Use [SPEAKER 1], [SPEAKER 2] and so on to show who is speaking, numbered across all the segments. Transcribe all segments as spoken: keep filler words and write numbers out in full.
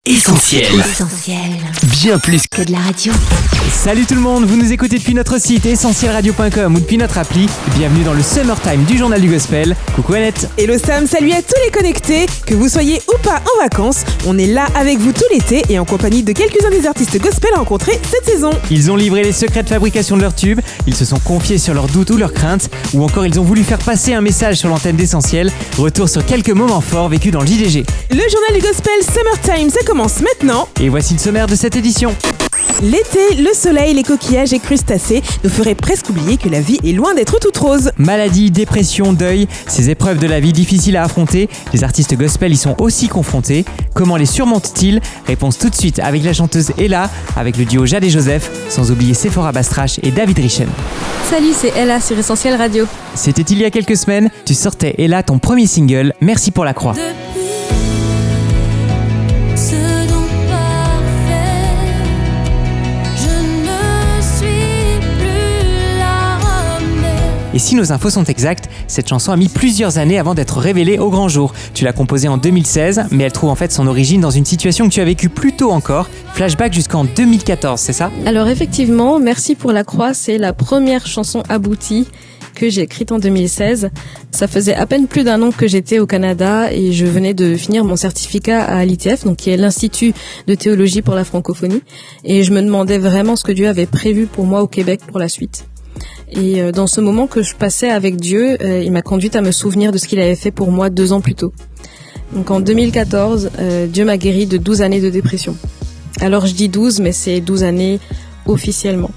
[SPEAKER 1] Essentiel.
[SPEAKER 2] Essentiel.
[SPEAKER 1] Bien plus
[SPEAKER 2] que de la radio.
[SPEAKER 3] Salut tout le monde, vous nous écoutez depuis notre site essentiel radio point com ou depuis notre appli. Bienvenue dans le Summertime du Journal du Gospel. Coucou Annette.
[SPEAKER 4] Hello Sam, salut à tous les connectés. Que vous soyez ou pas en vacances, on est là avec vous tout l'été et en compagnie de quelques-uns des artistes gospel rencontrés cette saison.
[SPEAKER 3] Ils ont livré les secrets de fabrication de leurs tubes, ils se sont confiés sur leurs doutes ou leurs craintes, ou encore ils ont voulu faire passer un message sur l'antenne d'Essentiel. Retour sur quelques moments forts vécus dans le J D G.
[SPEAKER 4] Le Journal du Gospel Summertime, ça commence maintenant.
[SPEAKER 3] Et voici le sommaire de cette édition.
[SPEAKER 4] L'été, le soleil, les coquillages et crustacés nous feraient presque oublier que la vie est loin d'être toute rose.
[SPEAKER 3] Maladie, dépression, deuil, ces épreuves de la vie difficiles à affronter, les artistes gospel y sont aussi confrontés. Comment les surmontent-ils ? Réponse tout de suite avec la chanteuse Ella, avec le duo Jade et Joseph, sans oublier Sephora Bastrache et David Richen.
[SPEAKER 5] Salut, c'est Ella sur Essentiel Radio.
[SPEAKER 3] C'était il y a quelques semaines, tu sortais Ella ton premier single, Merci pour la croix. Et si nos infos sont exactes, cette chanson a mis plusieurs années avant d'être révélée au grand jour. Tu l'as composée en deux mille seize, mais elle trouve en fait son origine dans une situation que tu as vécue plus tôt encore. Flashback jusqu'en deux mille quatorze, c'est ça ?
[SPEAKER 5] Alors effectivement, Merci pour la croix, c'est la première chanson aboutie que j'ai écrite en deux mille seize. Ça faisait à peine plus d'un an que j'étais au Canada et je venais de finir mon certificat à l'I T F, donc qui est l'Institut de théologie pour la francophonie. Et je me demandais vraiment ce que Dieu avait prévu pour moi au Québec pour la suite. Et dans ce moment que je passais avec Dieu, euh, il m'a conduite à me souvenir de ce qu'il avait fait pour moi deux ans plus tôt. Donc en deux mille quatorze, euh, Dieu m'a guéri de douze années de dépression. Alors je dis douze, mais c'est douze années officiellement.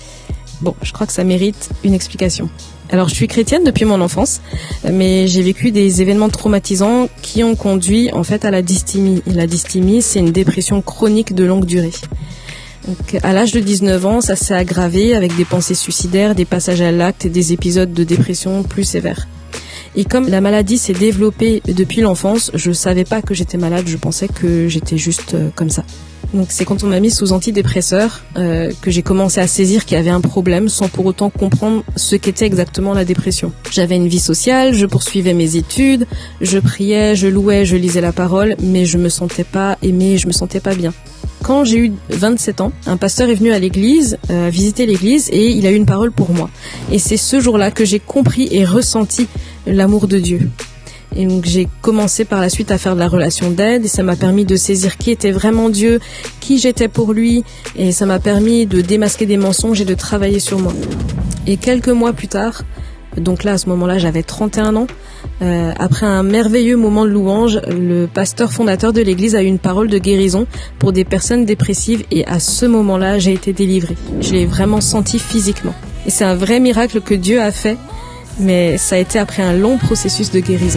[SPEAKER 5] Bon, je crois que ça mérite une explication. Alors je suis chrétienne depuis mon enfance, mais j'ai vécu des événements traumatisants qui ont conduit en fait à la dysthymie. Et la dysthymie, c'est une dépression chronique de longue durée. Donc, à l'âge de dix-neuf ans, ça s'est aggravé avec des pensées suicidaires, des passages à l'acte et des épisodes de dépression plus sévères. Et comme la maladie s'est développée depuis l'enfance, je savais pas que j'étais malade, je pensais que j'étais juste euh, comme ça. Donc c'est quand on m'a mis sous antidépresseur euh, que j'ai commencé à saisir qu'il y avait un problème sans pour autant comprendre ce qu'était exactement la dépression. J'avais une vie sociale, je poursuivais mes études, je priais, je louais, je lisais la parole, mais je me sentais pas aimée, je me sentais pas bien. Quand j'ai eu vingt-sept ans, un pasteur est venu à l'église, euh, visiter l'église et il a eu une parole pour moi. Et c'est ce jour-là que j'ai compris et ressenti l'amour de Dieu. Et donc j'ai commencé par la suite à faire de la relation d'aide et ça m'a permis de saisir qui était vraiment Dieu, qui j'étais pour lui et ça m'a permis de démasquer des mensonges et de travailler sur moi. Et quelques mois plus tard, donc là à ce moment-là j'avais trente et un ans, euh, après un merveilleux moment de louange, le pasteur fondateur de l'église a eu une parole de guérison pour des personnes dépressives et à ce moment-là j'ai été délivrée. Je l'ai vraiment senti physiquement. Et c'est un vrai miracle que Dieu a fait, mais ça a été après un long processus de guérison.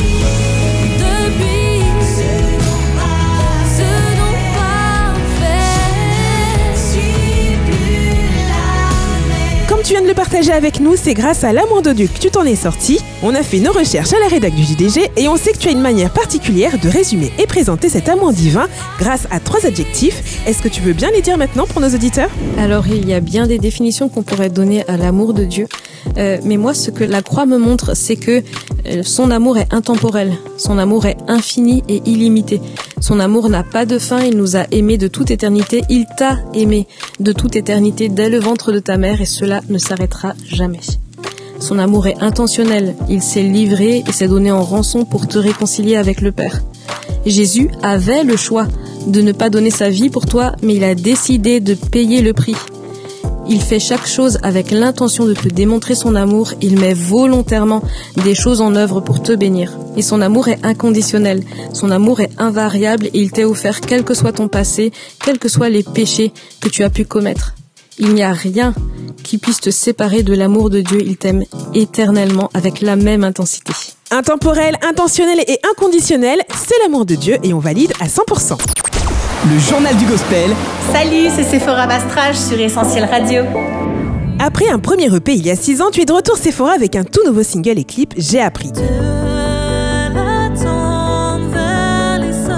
[SPEAKER 4] Tu viens de le partager avec nous, c'est grâce à l'amour de Dieu que tu t'en es sorti. On a fait nos recherches à la rédac du J D G et on sait que tu as une manière particulière de résumer et présenter cet amour divin grâce à trois adjectifs. Est-ce que tu veux bien les dire maintenant pour nos auditeurs ?
[SPEAKER 5] Alors il y a bien des définitions qu'on pourrait donner à l'amour de Dieu. Euh, mais moi, ce que la croix me montre, c'est que euh, son amour est intemporel. Son amour est infini et illimité. Son amour n'a pas de fin, il nous a aimés de toute éternité. Il t'a aimé de toute éternité dès le ventre de ta mère et cela ne s'arrêtera jamais. Son amour est intentionnel. Il s'est livré et s'est donné en rançon pour te réconcilier avec le Père. Jésus avait le choix de ne pas donner sa vie pour toi, mais il a décidé de payer le prix. Il fait chaque chose avec l'intention de te démontrer son amour. Il met volontairement des choses en œuvre pour te bénir. Et son amour est inconditionnel. Son amour est invariable et il t'est offert quel que soit ton passé, quels que soient les péchés que tu as pu commettre. Il n'y a rien qui puisse te séparer de l'amour de Dieu. Il t'aime éternellement avec la même intensité.
[SPEAKER 4] Intemporel, intentionnel et inconditionnel, c'est l'amour de Dieu et on valide à cent pour cent.
[SPEAKER 3] Le journal du gospel.
[SPEAKER 6] Salut, c'est Sephora Bastrache sur Essentiel Radio.
[SPEAKER 4] Après un premier E P il y a six ans, tu es de retour Sephora avec un tout nouveau single et clip, J'ai appris.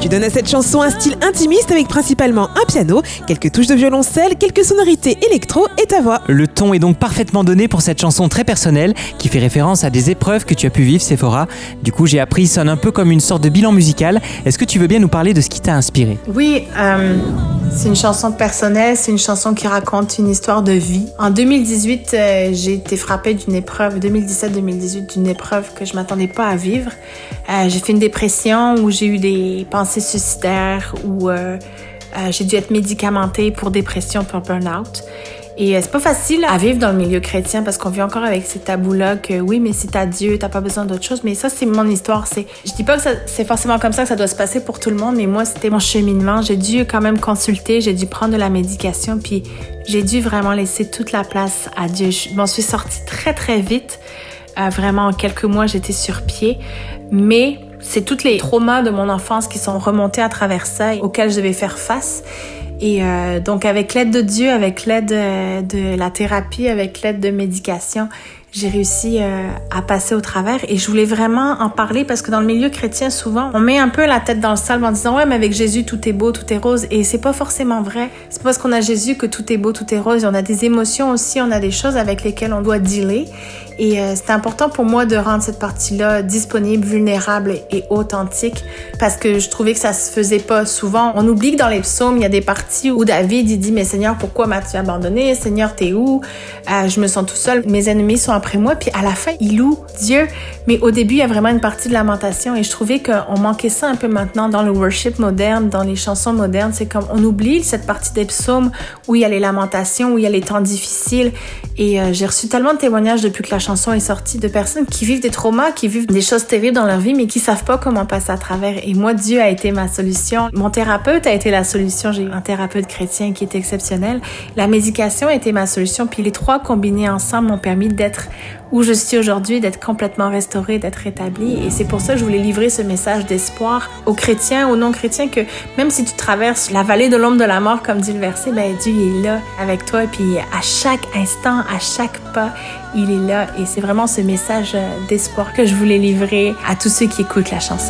[SPEAKER 4] Tu donnes à cette chanson un style intimiste avec principalement un piano, quelques touches de violoncelle, quelques sonorités électro et ta voix.
[SPEAKER 3] Le ton est donc parfaitement donné pour cette chanson très personnelle qui fait référence à des épreuves que tu as pu vivre, Sephora. Du coup, j'ai appris, sonne un peu comme une sorte de bilan musical. Est-ce que tu veux bien nous parler de ce qui t'a inspiré?
[SPEAKER 6] Oui, euh, c'est une chanson personnelle, c'est une chanson qui raconte une histoire de vie. En deux mille dix-huit, euh, j'ai été frappée d'une épreuve, deux mille dix-sept deux mille dix-huit, d'une épreuve que je m'attendais pas à vivre. Euh, j'ai fait une dépression où j'ai eu des pensées suicidaires, où euh, euh, j'ai dû être médicamentée pour dépression, pour burn-out. Et euh, c'est pas facile à vivre dans le milieu chrétien parce qu'on vit encore avec ces tabous-là que oui, mais si t'as Dieu, t'as pas besoin d'autre chose. Mais ça, c'est mon histoire. C'est, je dis pas que ça, c'est forcément comme ça que ça doit se passer pour tout le monde, mais moi, c'était mon cheminement. J'ai dû quand même consulter, j'ai dû prendre de la médication, puis j'ai dû vraiment laisser toute la place à Dieu. Je m'en suis sortie très, très vite. Euh, vraiment, en quelques mois, j'étais sur pied. Mais c'est tous les traumas de mon enfance qui sont remontés à travers ça et auxquels je devais faire face. Et euh, donc, avec l'aide de Dieu, avec l'aide de, de la thérapie, avec l'aide de médication, j'ai réussi euh, à passer au travers. Et je voulais vraiment en parler parce que dans le milieu chrétien, souvent, on met un peu la tête dans le sable en disant « Ouais, mais avec Jésus, tout est beau, tout est rose. » Et c'est pas forcément vrai. C'est pas parce qu'on a Jésus que tout est beau, tout est rose. On a des émotions aussi, on a des choses avec lesquelles on doit dealer. Et euh, c'était important pour moi de rendre cette partie-là disponible, vulnérable et authentique parce que je trouvais que ça se faisait pas souvent. On oublie que dans les psaumes, il y a des parties où David, il dit « Mais Seigneur, pourquoi m'as-tu abandonné? Seigneur, t'es où? Euh, je me sens tout seul. Mes ennemis sont après moi. » Puis à la fin, il loue Dieu. Mais au début, il y a vraiment une partie de lamentation et je trouvais qu'on manquait ça un peu maintenant dans le worship moderne, dans les chansons modernes. C'est comme on oublie cette partie des psaumes où il y a les lamentations, où il y a les temps difficiles. Et euh, j'ai reçu tellement de témoignages depuis que la chanson est sortie de personnes qui vivent des traumas, qui vivent des choses terribles dans leur vie, mais qui savent pas comment passer à travers. Et moi, Dieu a été ma solution. Mon thérapeute a été la solution. J'ai eu un thérapeute chrétien qui est exceptionnel. La médication a été ma solution. Puis les trois combinés ensemble m'ont permis d'être où je suis aujourd'hui, d'être complètement restaurée, d'être rétablie. Et c'est pour ça que je voulais livrer ce message d'espoir aux chrétiens, aux non-chrétiens, que même si tu traverses la vallée de l'ombre de la mort, comme dit le verset, ben Dieu est là avec toi. Et puis à chaque instant, à chaque pas, il est là. Et c'est vraiment ce message d'espoir que je voulais livrer à tous ceux qui écoutent la chanson.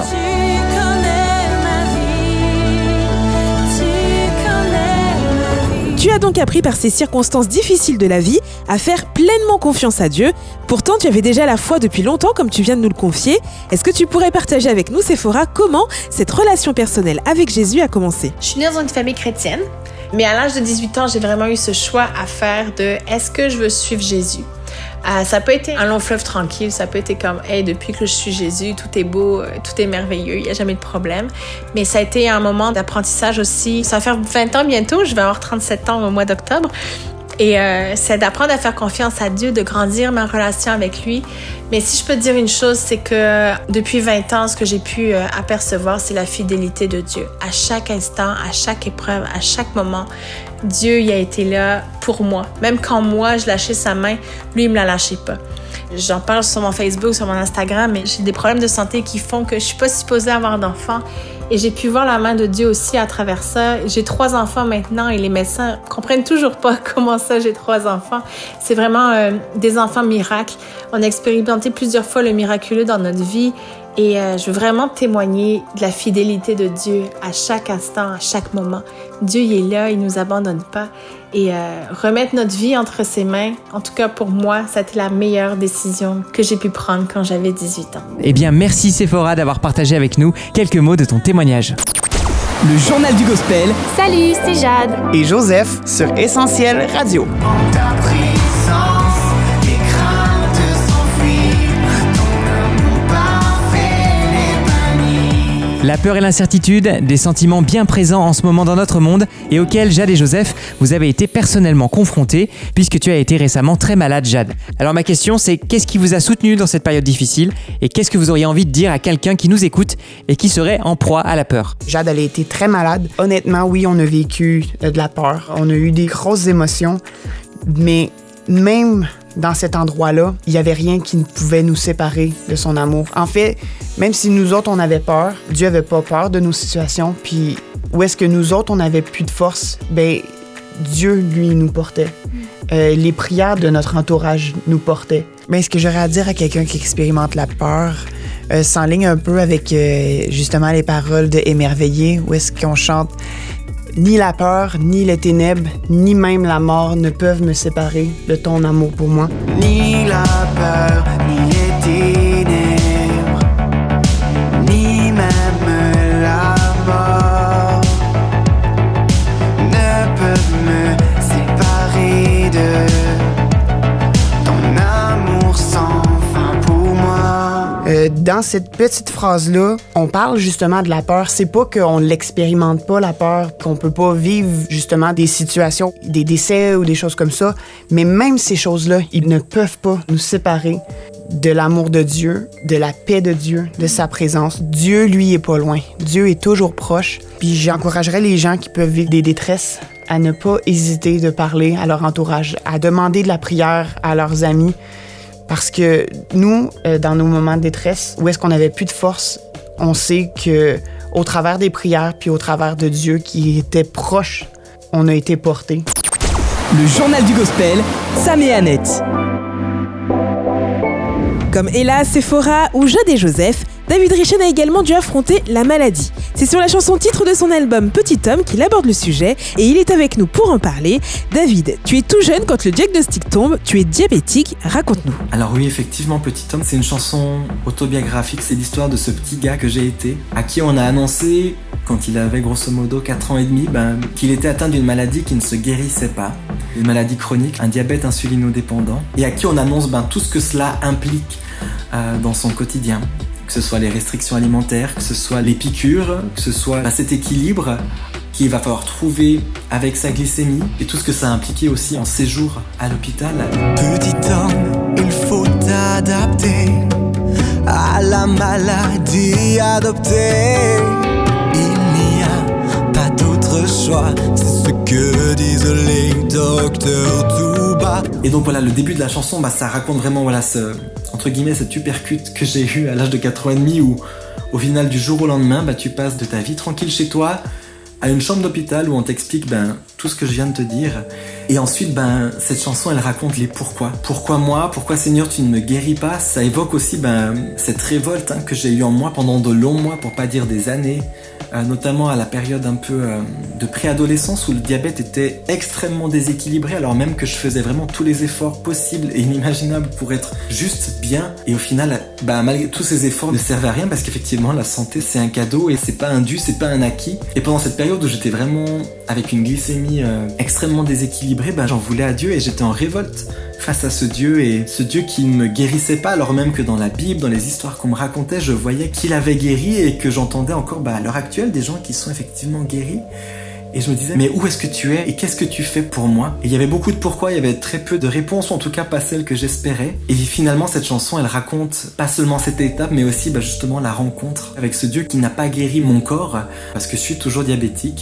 [SPEAKER 4] Tu as donc appris par ces circonstances difficiles de la vie à faire pleinement confiance à Dieu. Pourtant, tu avais déjà la foi depuis longtemps, comme tu viens de nous le confier. Est-ce que tu pourrais partager avec nous, Sephora, comment cette relation personnelle avec Jésus a commencé?
[SPEAKER 6] Je suis née dans une famille chrétienne, mais à l'âge de dix-huit ans, j'ai vraiment eu ce choix à faire de « Est-ce que je veux suivre Jésus ?» Euh, ça peut être un long fleuve tranquille, ça peut être comme « Hey, depuis que je suis Jésus, tout est beau, tout est merveilleux, il n'y a jamais de problème. » Mais ça a été un moment d'apprentissage aussi. Ça va faire vingt ans bientôt, je vais avoir trente-sept ans au mois d'octobre. Et euh, c'est d'apprendre à faire confiance à Dieu, de grandir ma relation avec lui. Mais si je peux te dire une chose, c'est que depuis vingt ans, ce que j'ai pu euh, apercevoir, c'est la fidélité de Dieu. À chaque instant, à chaque épreuve, à chaque moment, Dieu il a été là pour moi. Même quand moi, je lâchais sa main, lui, il me la lâchait pas. J'en parle sur mon Facebook, sur mon Instagram, mais j'ai des problèmes de santé qui font que je suis pas supposée avoir d'enfants. Et j'ai pu voir la main de Dieu aussi à travers ça. J'ai trois enfants maintenant et les médecins comprennent toujours pas comment ça j'ai trois enfants. C'est vraiment euh, des enfants miracles. On a expérimenté plusieurs fois le miraculeux dans notre vie. Et euh, je veux vraiment témoigner de la fidélité de Dieu à chaque instant, à chaque moment. Dieu il est là, il nous abandonne pas. Et euh, remettre notre vie entre ses mains, en tout cas pour moi, ça a été la meilleure décision que j'ai pu prendre quand j'avais dix-huit ans.
[SPEAKER 3] Eh bien, merci Sephora d'avoir partagé avec nous quelques mots de ton témoignage.
[SPEAKER 1] Le journal du gospel.
[SPEAKER 2] Salut, c'est Jade.
[SPEAKER 1] Et Joseph sur Essentiel Radio.
[SPEAKER 3] La peur et l'incertitude, des sentiments bien présents en ce moment dans notre monde et auxquels Jade et Joseph, vous avez été personnellement confrontés puisque tu as été récemment très malade, Jade. Alors ma question c'est, qu'est-ce qui vous a soutenu dans cette période difficile et qu'est-ce que vous auriez envie de dire à quelqu'un qui nous écoute et qui serait en proie à la peur?
[SPEAKER 7] Jade, elle a été très malade. Honnêtement, oui, on a vécu de la peur. On a eu des grosses émotions, mais même dans cet endroit-là, il n'y avait rien qui ne pouvait nous séparer de son amour. En fait, même si nous autres, on avait peur, Dieu n'avait pas peur de nos situations, puis où est-ce que nous autres, on n'avait plus de force, ben Dieu, lui, nous portait. Euh, les prières de notre entourage nous portaient. Mais ce que j'aurais à dire à quelqu'un qui expérimente la peur, euh, s'enligne un peu avec euh, justement les paroles de Émerveillé, où est-ce qu'on chante « Ni la peur, ni les ténèbres, ni même la mort ne peuvent me séparer de ton amour pour moi. » Ni la peur, ni les ténèbres, ni même la mort ne peuvent me séparer de ton amour sans fin pour moi. Euh, dans cette petite phrase-là, on parle justement de la peur. C'est pas qu'on l'expérimente pas, la peur, qu'on peut pas vivre justement des situations, des décès ou des choses comme ça, mais même ces choses-là, ils ne peuvent pas nous séparer de l'amour de Dieu, de la paix de Dieu, de sa présence. Dieu, lui, est pas loin. Dieu est toujours proche. Puis j'encouragerais les gens qui peuvent vivre des détresses à ne pas hésiter de parler à leur entourage, à demander de la prière à leurs amis. Parce que nous, euh, dans nos moments de détresse, où est-ce qu'on n'avait plus de force, on sait que au travers des prières puis au travers de Dieu qui était proche, on a été portés.
[SPEAKER 1] Le journal du gospel, Sam et Annette.
[SPEAKER 4] Comme Ella, Sephora ou Jade et Joseph, David Richen a également dû affronter la maladie. C'est sur la chanson titre de son album Petit Homme qu'il aborde le sujet et il est avec nous pour en parler. David, tu es tout jeune quand le diagnostic tombe, tu es diabétique, raconte-nous.
[SPEAKER 2] Alors oui, effectivement, Petit Homme, c'est une chanson autobiographique, c'est l'histoire de ce petit gars que j'ai été, à qui on a annoncé, quand il avait grosso modo quatre ans et demi, ben, qu'il était atteint d'une maladie qui ne se guérissait pas, une maladie chronique, un diabète insulinodépendant, et à qui on annonce ben, tout ce que cela implique euh, dans son quotidien. Que ce soit les restrictions alimentaires, que ce soit les piqûres, que ce soit bah, cet équilibre qu'il va falloir trouver avec sa glycémie et tout ce que ça a impliqué aussi en séjour à l'hôpital.
[SPEAKER 8] Petit homme, il faut t'adapter à la maladie adoptée. Il n'y a pas d'autre choix, c'est ce que disent les docteurs tout bas.
[SPEAKER 2] Et donc voilà, le début de la chanson, bah, ça raconte vraiment voilà, ce, entre guillemets, cette uppercut que j'ai eu à l'âge de quatre ans et demi où au final du jour au lendemain, bah, tu passes de ta vie tranquille chez toi à une chambre d'hôpital où on t'explique ben, tout ce que je viens de te dire. Et ensuite, ben, cette chanson, elle raconte les pourquoi. Pourquoi moi ? Pourquoi Seigneur, tu ne me guéris pas ? Ça évoque aussi ben, cette révolte hein, que j'ai eue en moi pendant de longs mois, pour pas dire des années, euh, notamment à la période un peu euh, de préadolescence où le diabète était extrêmement déséquilibré, alors même que je faisais vraiment tous les efforts possibles et inimaginables pour être juste bien. Et au final, ben, malgré tous ces efforts ne servaient à rien parce qu'effectivement, la santé, c'est un cadeau et c'est pas un dû, c'est pas un acquis. Et pendant cette période où j'étais vraiment avec une glycémie euh, extrêmement déséquilibrée, ben, j'en voulais à Dieu et j'étais en révolte face à ce Dieu et ce Dieu qui ne me guérissait pas, alors même que dans la Bible, dans les histoires qu'on me racontait, je voyais qu'il avait guéri et que j'entendais encore ben, à l'heure actuelle des gens qui sont effectivement guéris. Et je me disais, mais où est-ce que tu es et qu'est-ce que tu fais pour moi ? Et il y avait beaucoup de pourquoi, il y avait très peu de réponses, ou en tout cas pas celles que j'espérais. Et finalement, cette chanson, elle raconte pas seulement cette étape, mais aussi bah, justement la rencontre avec ce Dieu qui n'a pas guéri mon corps, parce que je suis toujours diabétique,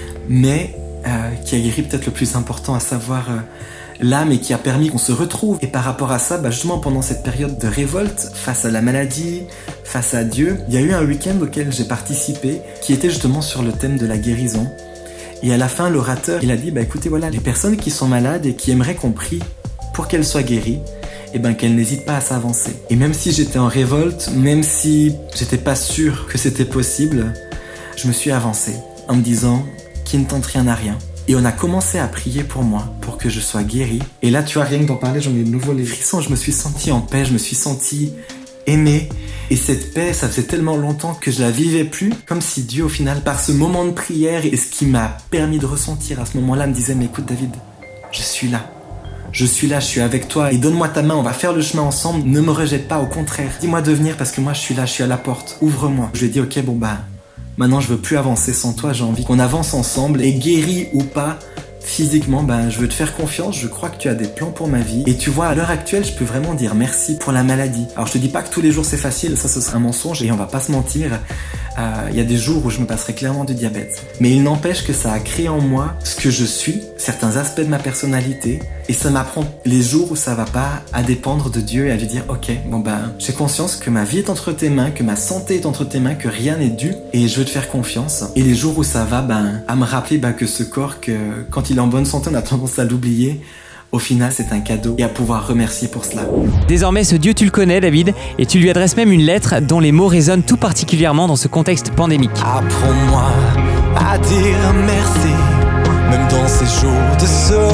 [SPEAKER 2] mais euh, qui a guéri peut-être le plus important, à savoir euh, l'âme, et qui a permis qu'on se retrouve. Et par rapport à ça, bah, justement pendant cette période de révolte, face à la maladie, face à Dieu, il y a eu un week-end auquel j'ai participé, qui était justement sur le thème de la guérison. Et à la fin, l'orateur, il a dit, bah écoutez, voilà, les personnes qui sont malades et qui aimeraient qu'on prie pour qu'elles soient guéries, eh ben qu'elles n'hésitent pas à s'avancer. Et même si j'étais en révolte, même si j'étais pas sûr que c'était possible, je me suis avancé en me disant, qui ne tente rien à rien. Et on a commencé à prier pour moi, pour que je sois guéri. Et là, tu vois, rien que d'en parler, j'en ai de nouveau les frissons. Je me suis senti en paix, je me suis senti aimé. Et cette paix, ça faisait tellement longtemps que je la vivais plus, comme si Dieu, au final, par ce moment de prière et ce qui m'a permis de ressentir à ce moment-là, me disait, mais écoute David, je suis là. Je suis là, je suis avec toi et donne-moi ta main, on va faire le chemin ensemble. Ne me rejette pas, au contraire. Dis-moi de venir parce que moi, je suis là, je suis à la porte. Ouvre-moi. Je lui ai dit, ok, bon bah, maintenant, je veux plus avancer sans toi, j'ai envie qu'on avance ensemble et guéri ou pas, physiquement, ben, je veux te faire confiance, je crois que tu as des plans pour ma vie. Et tu vois, à l'heure actuelle, je peux vraiment dire merci pour la maladie. Alors, je te dis pas que tous les jours c'est facile, ça ce serait un mensonge et on va pas se mentir. Il euh, y a des jours où je me passerai clairement du diabète. Mais il n'empêche que ça a créé en moi ce que je suis, certains aspects de ma personnalité, et ça m'apprend les jours où ça va pas à dépendre de Dieu et à lui dire, ok, bon ben, j'ai conscience que ma vie est entre tes mains, que ma santé est entre tes mains, que rien n'est dû, et je veux te faire confiance. Et les jours où ça va, ben, à me rappeler ben, que ce corps, que quand il est en bonne santé, on a tendance à l'oublier. au final, c'est un cadeau et à pouvoir remercier pour cela.
[SPEAKER 3] Désormais, ce Dieu, tu le connais, David, et tu lui adresses même une lettre dont les mots résonnent tout particulièrement dans ce contexte pandémique.
[SPEAKER 8] Apprends-moi à dire merci, même dans ces jours de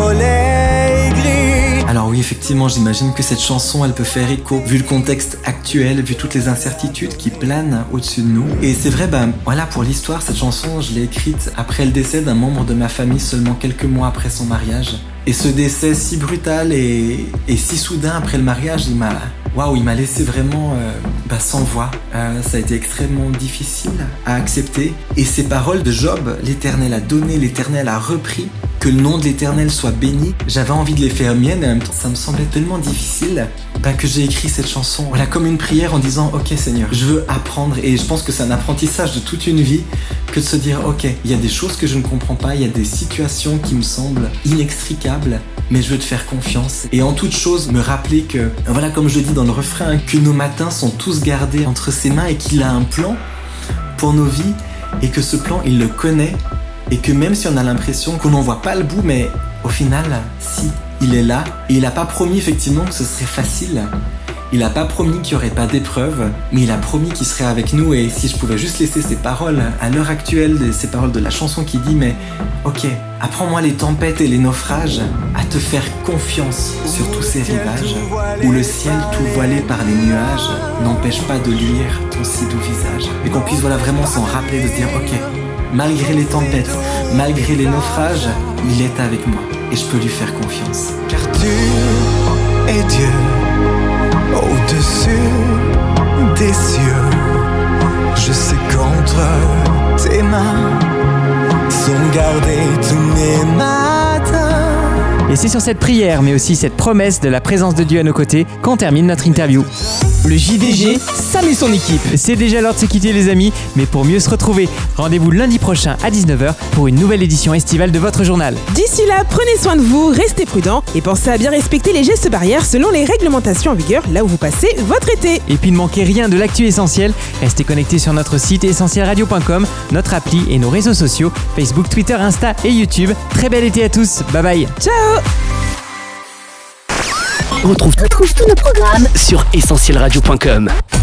[SPEAKER 8] soleil gris.
[SPEAKER 2] Alors oui, effectivement, j'imagine que cette chanson, elle peut faire écho, vu le contexte actuel, vu toutes les incertitudes qui planent au-dessus de nous. Et c'est vrai, ben voilà, pour l'histoire, cette chanson, je l'ai écrite après le décès d'un membre de ma famille, seulement quelques mois après son mariage. Et ce décès si brutal et, et si soudain après le mariage, il m'a, waouh, il m'a laissé vraiment euh, bah, sans voix. Euh, ça a été extrêmement difficile à accepter. Et ces paroles de Job, l'Éternel a donné, l'Éternel a repris, que le nom de l'Éternel soit béni. J'avais envie de les faire miennes et en même temps, ça me semblait tellement difficile bah, que j'ai écrit cette chanson. Voilà, comme une prière en disant, ok Seigneur, je veux apprendre. Et je pense que c'est un apprentissage de toute une vie que de se dire, ok, il y a des choses que je ne comprends pas, il y a des situations qui me semblent inextricables, mais je veux te faire confiance. Et en toute chose, me rappeler que, voilà, comme je le dis dans le refrain, que nos matins sont tous gardés entre ses mains et qu'il a un plan pour nos vies et que ce plan, il le connaît et que même si on a l'impression qu'on n'en voit pas le bout, mais au final, si, il est là. Et il n'a pas promis effectivement que ce serait facile. Il n'a pas promis qu'il n'y aurait pas d'épreuves, mais il a promis qu'il serait avec nous. Et si je pouvais juste laisser ces paroles à l'heure actuelle, ces paroles de la chanson qui dit, mais ok, apprends-moi les tempêtes et les naufrages, à te faire confiance sur tous ces rivages, où le ciel tout voilé par les nuages n'empêche pas de lire ton si doux visage. Et qu'on puisse voilà vraiment s'en rappeler, de se dire, ok, malgré les tempêtes, malgré les naufrages, il est avec moi et je peux lui faire confiance.
[SPEAKER 8] Car tu es Dieu. Au-dessus des cieux, je sais qu'entre tes mains sont gardés tous mes matins.
[SPEAKER 3] Et c'est sur cette prière, mais aussi cette promesse de la présence de Dieu à nos côtés, qu'on termine notre interview.
[SPEAKER 1] Le J D G, Sam et son équipe.
[SPEAKER 3] C'est déjà l'heure de se quitter les amis, mais pour mieux se retrouver, rendez-vous lundi prochain à dix-neuf heures pour une nouvelle édition estivale de votre journal.
[SPEAKER 4] D'ici là, prenez soin de vous, restez prudents et pensez à bien respecter les gestes barrières selon les réglementations en vigueur là où vous passez votre été.
[SPEAKER 3] Et puis ne manquez rien de l'actu essentiel, restez connectés sur notre site essentiel radio point com, notre appli et nos réseaux sociaux, Facebook, Twitter, Insta et YouTube. Très bel été à tous, bye bye.
[SPEAKER 4] Ciao.
[SPEAKER 1] Retrouve, retrouve tous nos programmes sur essentiel radio point com.